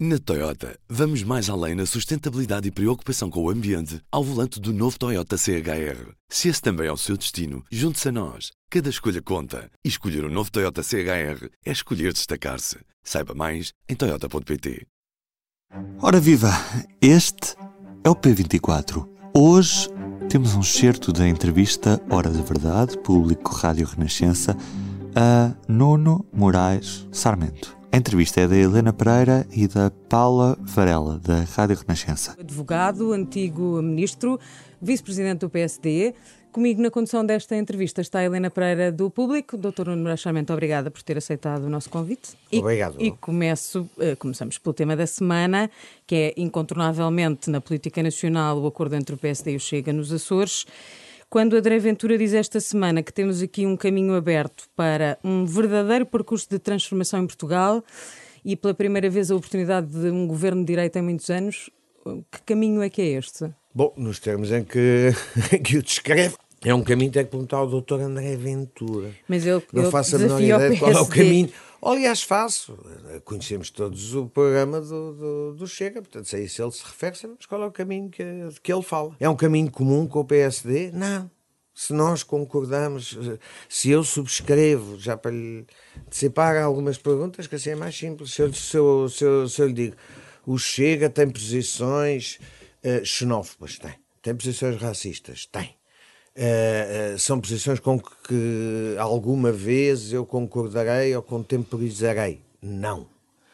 Na Toyota, vamos mais além na sustentabilidade e preocupação com o ambiente ao volante do novo Toyota CHR. Se esse também é o seu destino, junte-se a nós. Cada escolha conta. E escolher o novo Toyota CHR é escolher destacar-se. Saiba mais em toyota.pt. Ora viva, este é o P24. Hoje temos um excerto da entrevista Hora da Verdade, Público Rádio Renascença, a Nuno Moraes Sarmento. A entrevista é da Helena Pereira e da Paula Varela, da Rádio Renascença. Advogado, antigo ministro, vice-presidente do PSD. Comigo na condução desta entrevista está a Helena Pereira do Público. Doutor Nuno Moraes Sarmento, obrigada por ter aceitado o nosso convite. Obrigado. E começamos pelo tema da semana, que é incontornavelmente na política nacional o acordo entre o PSD e o Chega nos Açores. Quando André Ventura diz esta semana que temos aqui um caminho aberto para um verdadeiro percurso de transformação em Portugal e pela primeira vez a oportunidade de um governo de direita em muitos anos, que caminho é que é este? Bom, nos termos em que o descreve, é um caminho que tem que perguntar ao doutor André Ventura. Mas eu não faço a menor ideia de qual é o caminho. Aliás, faço. Conhecemos todos o programa do Chega, portanto, se a isso ele se refere, sabemos qual é o caminho que ele fala. É um caminho comum com o PSD? Não. Se nós concordamos, se eu subscrevo, já para lhe dissipar algumas perguntas, que assim é mais simples, se eu lhe digo, o Chega tem posições xenófobas? Tem posições racistas? Tem. São posições com que alguma vez eu concordarei ou contemporizarei? Não.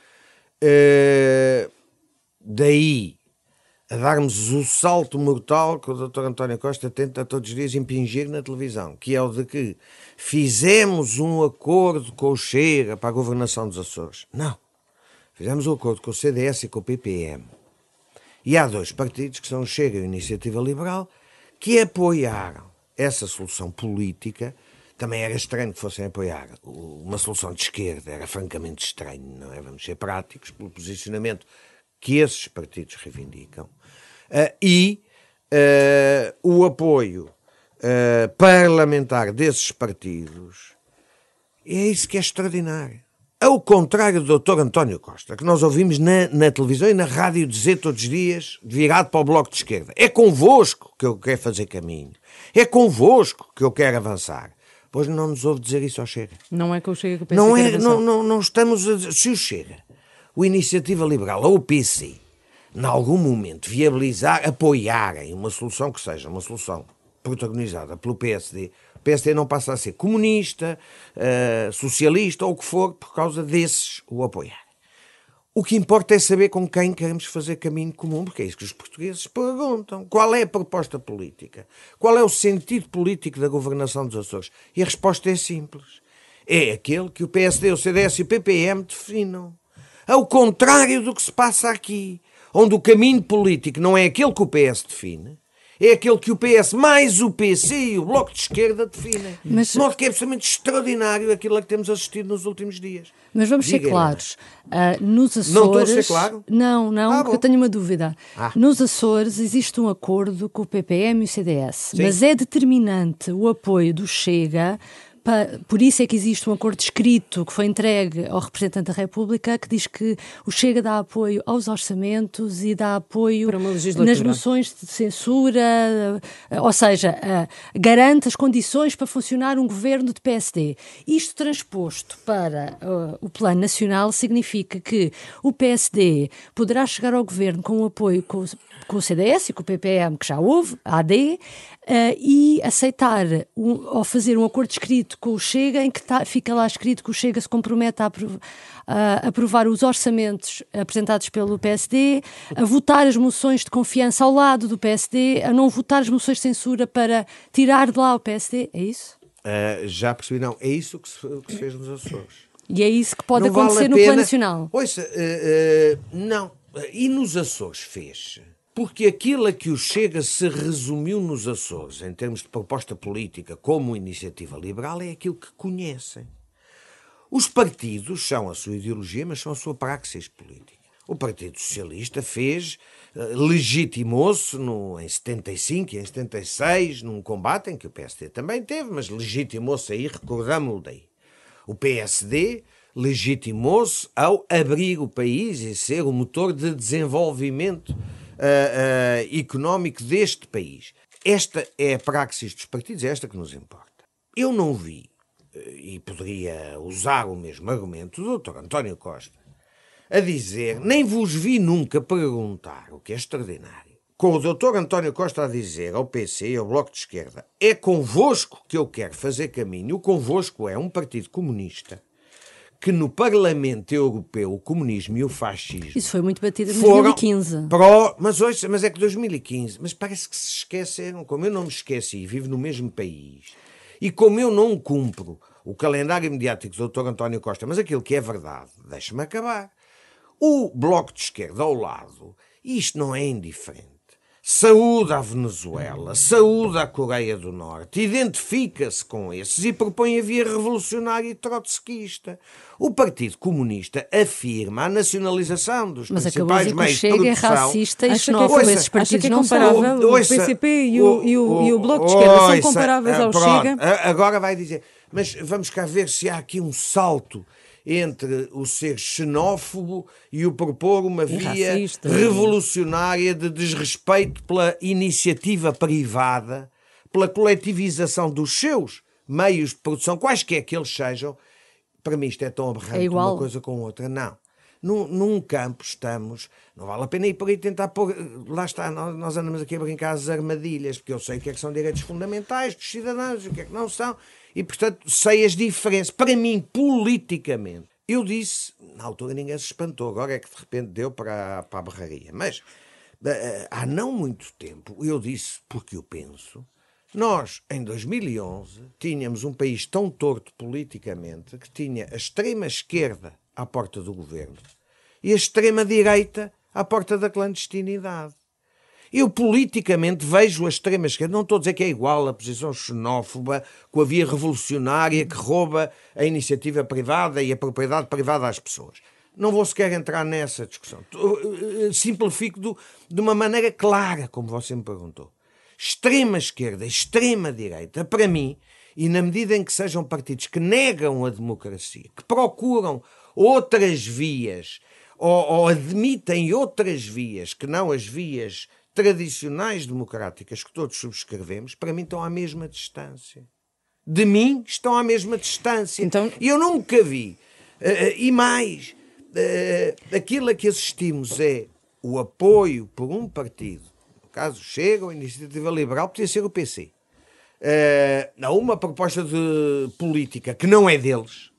Daí a darmos o salto mortal que o Dr. António Costa tenta todos os dias impingir na televisão, que é o de que fizemos um acordo com o Chega para a governação dos Açores. Não. Fizemos um acordo com o CDS e com o PPM. E há dois partidos, que são o Chega e a Iniciativa Liberal, que apoiaram essa solução política. Também era estranho que fossem apoiar uma solução de esquerda, era francamente estranho, não é? Vamos ser práticos, pelo posicionamento que esses partidos reivindicam. O apoio parlamentar desses partidos, é isso que é extraordinário. Ao contrário do Dr. António Costa, que nós ouvimos na televisão e na rádio dizer todos os dias, virado para o Bloco de Esquerda, é convosco que eu quero fazer caminho, é convosco que eu quero avançar. Pois não nos ouve dizer isso ao Chega. Não é que o Chega que o PSD quer avançar. Não estamos a dizer, se o Chega, o Iniciativa Liberal ou o PC, em algum momento apoiarem uma solução que seja uma solução protagonizada pelo PSD, o PSD não passa a ser comunista, socialista ou o que for, por causa desses o apoiar. O que importa é saber com quem queremos fazer caminho comum, porque é isso que os portugueses perguntam. Qual é a proposta política? Qual é o sentido político da governação dos Açores? E a resposta é simples. É aquele que o PSD, o CDS e o PPM definam. Ao contrário do que se passa aqui, onde o caminho político não é aquele que o PS define, é aquele que o PS mais o PC e o Bloco de Esquerda definem. De modo que é absolutamente extraordinário aquilo a que temos assistido nos últimos dias. Mas vamos ser claros. Nos Açores... Não estou a ser claro? Não, porque eu tenho uma dúvida. Nos Açores existe um acordo com o PPM e o CDS, Sim. mas é determinante o apoio do Chega. Por isso é que existe um acordo escrito que foi entregue ao representante da República que diz que o Chega dá apoio aos orçamentos e dá apoio nas moções de censura, ou seja, garante as condições para funcionar um governo de PSD. Isto transposto para o plano nacional significa que o PSD poderá chegar ao governo com um apoio com o CDS e com o PPM, que já houve, a AD, e aceitar ou fazer um acordo escrito com o Chega, em que fica lá escrito que o Chega se compromete a aprovar os orçamentos apresentados pelo PSD, a votar as moções de confiança ao lado do PSD, a não votar as moções de censura para tirar de lá o PSD. É isso? Já percebi, não. É isso que se fez nos Açores. E é isso que pode acontecer no plano nacional. Ouça, não. E nos Açores fez... Porque aquilo a que o Chega se resumiu nos Açores, em termos de proposta política, como Iniciativa Liberal, é aquilo que conhecem. Os partidos são a sua ideologia, mas são a sua praxis política. O Partido Socialista legitimou-se em 75 e em 76, num combate em que o PSD também teve, mas legitimou-se aí, recordamos-lo daí. O PSD legitimou-se ao abrir o país e ser o motor de desenvolvimento económico deste país. Esta é a praxis dos partidos, é esta que nos importa. Eu não vi, e poderia usar o mesmo argumento, do Dr. António Costa a dizer, nem vos vi nunca perguntar, o que é extraordinário, com o Dr. António Costa a dizer ao PC e ao Bloco de Esquerda, é convosco que eu quero fazer caminho. O convosco é um partido comunista que no Parlamento Europeu o comunismo e o fascismo... Isso foi muito batido em 2015. Mas é que 2015... Mas parece que se esqueceram. Como eu não me esqueci, vivo no mesmo país, e como eu não cumpro o calendário mediático do Dr. António Costa, mas aquilo que é verdade, deixa-me acabar. O Bloco de Esquerda ao lado, isto não é indiferente. Saúde à Venezuela, saúde à Coreia do Norte, identifica-se com esses e propõe a via revolucionária e trotskista. O Partido Comunista afirma a nacionalização dos principais meios de produção. Mas acabou de dizer que o Chega é racista e xenófobo. Esses partidos não são. O PCP e o Bloco de Esquerda são comparáveis ao Chega? Agora vai dizer, mas vamos cá ver se há aqui um salto entre o ser xenófobo e o propor uma via revolucionária de desrespeito pela iniciativa privada, pela coletivização dos seus meios de produção, quaisquer que eles sejam. Para mim isto é tão aberrante uma coisa com outra. Não. Num campo estamos, não vale a pena ir por aí tentar pôr, lá está, nós andamos aqui a brincar às armadilhas, porque eu sei o que é que são direitos fundamentais dos cidadãos e o que é que não são, e portanto sei as diferenças. Para mim, politicamente, eu disse, na altura ninguém se espantou, agora é que de repente deu para a berraria, mas há não muito tempo eu disse, porque eu penso, nós em 2011 tínhamos um país tão torto politicamente que tinha a extrema-esquerda à porta do governo e a extrema-direita à porta da clandestinidade. Eu politicamente vejo a extrema-esquerda, não estou a dizer que é igual a posição xenófoba com a via revolucionária que rouba a iniciativa privada e a propriedade privada às pessoas. Não vou sequer entrar nessa discussão. Simplifico de uma maneira clara, como você me perguntou. Extrema-esquerda e extrema-direita, para mim, e na medida em que sejam partidos que negam a democracia, que procuram outras vias ou admitem outras vias que não as vias tradicionais democráticas que todos subscrevemos, para mim estão à mesma distância. De mim estão à mesma distância. Então... Eu nunca vi. E mais, aquilo a que assistimos é o apoio por um partido, no caso Chega ou Iniciativa Liberal, podia ser o PC, a uma proposta de política que não é deles,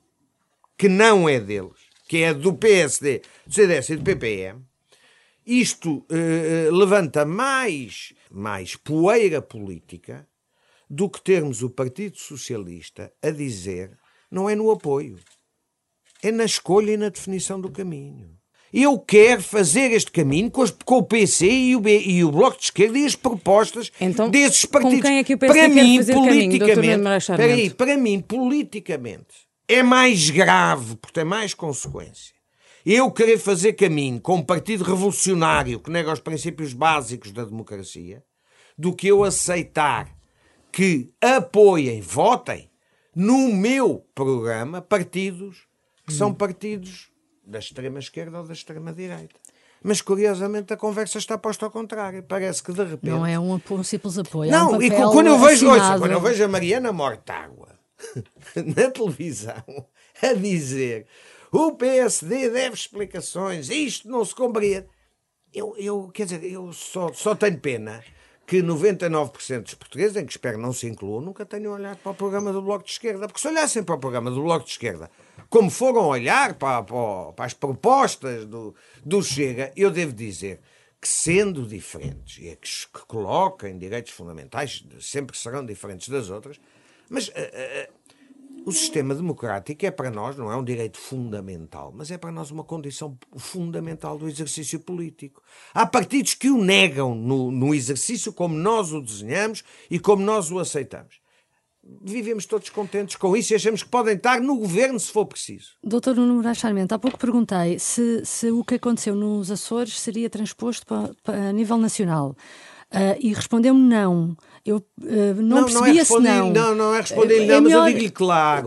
que é do PSD, do CDS e do PPM. Isto levanta mais poeira política do que termos o Partido Socialista a dizer não é no apoio, é na escolha e na definição do caminho. Eu quero fazer este caminho com o PC e o Bloco de Esquerda e as propostas desses partidos. Com quem é que o PC quer fazer politicamente, para mim, politicamente, é mais grave, porque tem mais consequência. Eu querer fazer caminho com um partido revolucionário que nega os princípios básicos da democracia, do que eu aceitar que apoiem, votem no meu programa partidos que são partidos da extrema-esquerda ou da extrema-direita. Mas, curiosamente, a conversa está posta ao contrário. Parece que, de repente... Não é um simples apoio, não, é um papel e quando eu assinado. vejo a Mariana Mortágua na televisão a dizer o PSD deve explicações, isto não se compreende. Quer dizer, eu só tenho pena que 99% dos portugueses, em que espero não se incluam, nunca tenham olhado para o programa do Bloco de Esquerda. Porque se olhassem para o programa do Bloco de Esquerda, como foram olhar para as propostas do Chega, eu devo dizer que, sendo diferentes, e é que coloquem direitos fundamentais, sempre serão diferentes das outras, mas o sistema democrático é para nós, não é um direito fundamental, mas é para nós uma condição fundamental do exercício político. Há partidos que o negam no exercício como nós o desenhamos e como nós o aceitamos. Vivemos todos contentes com isso e achamos que podem estar no governo se for preciso. Dr. Nuno Moraes Sarmento, há pouco perguntei se o que aconteceu nos Açores seria transposto a nível nacional. E respondeu-me não. Eu não percebi esse não. Não é responder-lhe não, mas eu digo-lhe claro.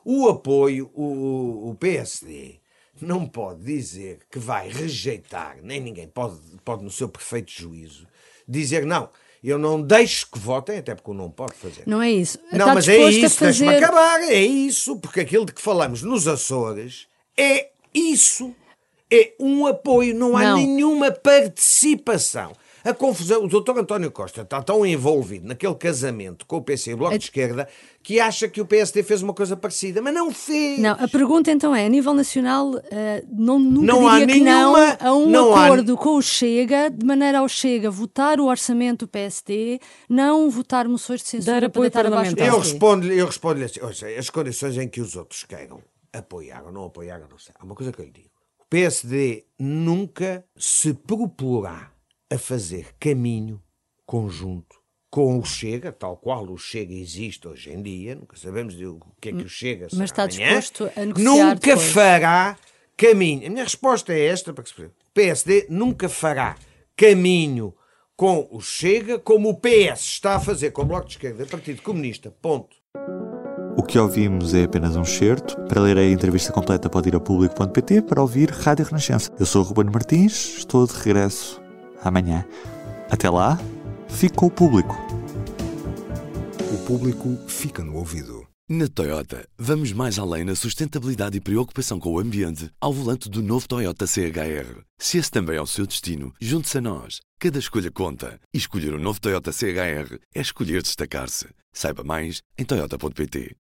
O apoio, o PSD não pode dizer que vai rejeitar, nem ninguém pode no seu perfeito juízo, dizer não, eu não deixo que votem, até porque o não pode fazer. Não é isso. Não, Está mas é disposto isso, a fazer... deixa-me acabar, é isso, porque aquilo de que falamos nos Açores é isso, é um apoio, não há nenhuma participação. A confusão, o Dr. António Costa está tão envolvido naquele casamento com o PC e o Bloco de Esquerda que acha que o PSD fez uma coisa parecida, mas não fez. Não, a pergunta então é, a nível nacional, nunca Não há diria que nenhuma- não a um não há- acordo com o Chega, de maneira ao Chega votar o orçamento do PSD, não votar moções de censura Dar para apoio deitar abaixo o parlamentar. PSD. Eu respondo-lhe assim, ouça, as condições em que os outros queiram apoiar ou não apoiar, eu não sei. Há uma coisa que eu lhe digo. O PSD nunca se proporá a fazer caminho conjunto com o Chega, tal qual o Chega existe hoje em dia, nunca sabemos o que é que o Chega será Mas está amanhã, disposto a negociar nunca depois. fará caminho. A minha resposta é esta, para que se perceba. O PSD nunca fará caminho com o Chega como o PS está a fazer com o Bloco de Esquerda e o Partido Comunista. Ponto. O que ouvimos é apenas um excerto. Para ler a entrevista completa pode ir a público.pt para ouvir Rádio Renascença. Eu sou o Ruben Martins, estou de regresso amanhã. Até lá, fique com o público. O público fica no ouvido. Na Toyota, vamos mais além na sustentabilidade e preocupação com o ambiente ao volante do novo Toyota CHR. Se esse também é o seu destino, junte-se a nós. Cada escolha conta. E escolher o novo Toyota CHR é escolher destacar-se. Saiba mais em toyota.pt.